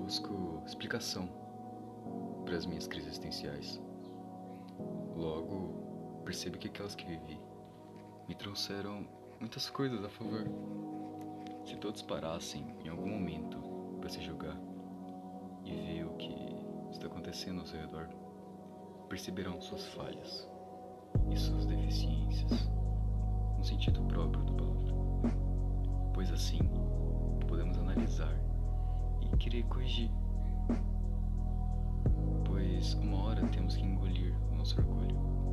busco explicação para as minhas crises existenciais. Logo, percebo que aquelas que vivi me trouxeram muitas coisas a favor. Se todos parassem em algum momento para se julgar e ver o que está acontecendo ao seu redor, perceberão suas falhas e suas deficiências, no sentido próprio da palavra. Pois assim, podemos analisar e querer corrigir. Pois uma hora temos que engolir o nosso orgulho,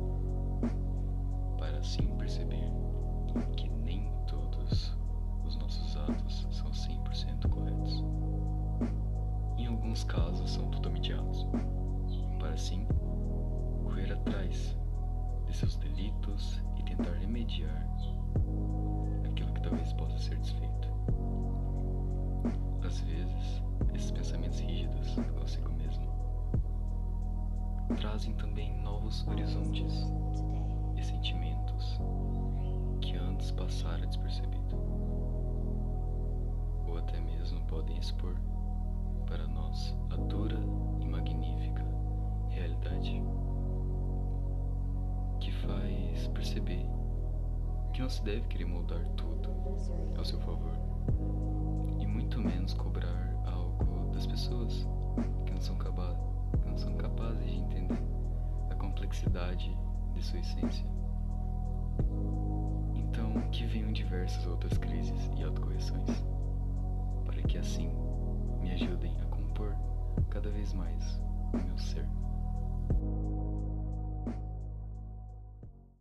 para assim perceber que nem todos os nossos atos são 100% corretos. Em alguns casos são totalmente errados, para assim correr atrás de seus delitos e tentar remediar aquilo que talvez possa ser desfeito. Às vezes, esses pensamentos rígidos consigo mesmo trazem também novos horizontes e sentimentos que antes passaram despercebido, ou até mesmo podem expor para nós a dura e magnífica realidade, que faz perceber que não se deve querer moldar tudo ao seu favor, e muito menos cobrar algo das pessoas que não são capazes de entender a complexidade de sua essência. Então, que venham diversas outras crises e autocorreções, para que assim me ajudem a compor cada vez mais o meu ser.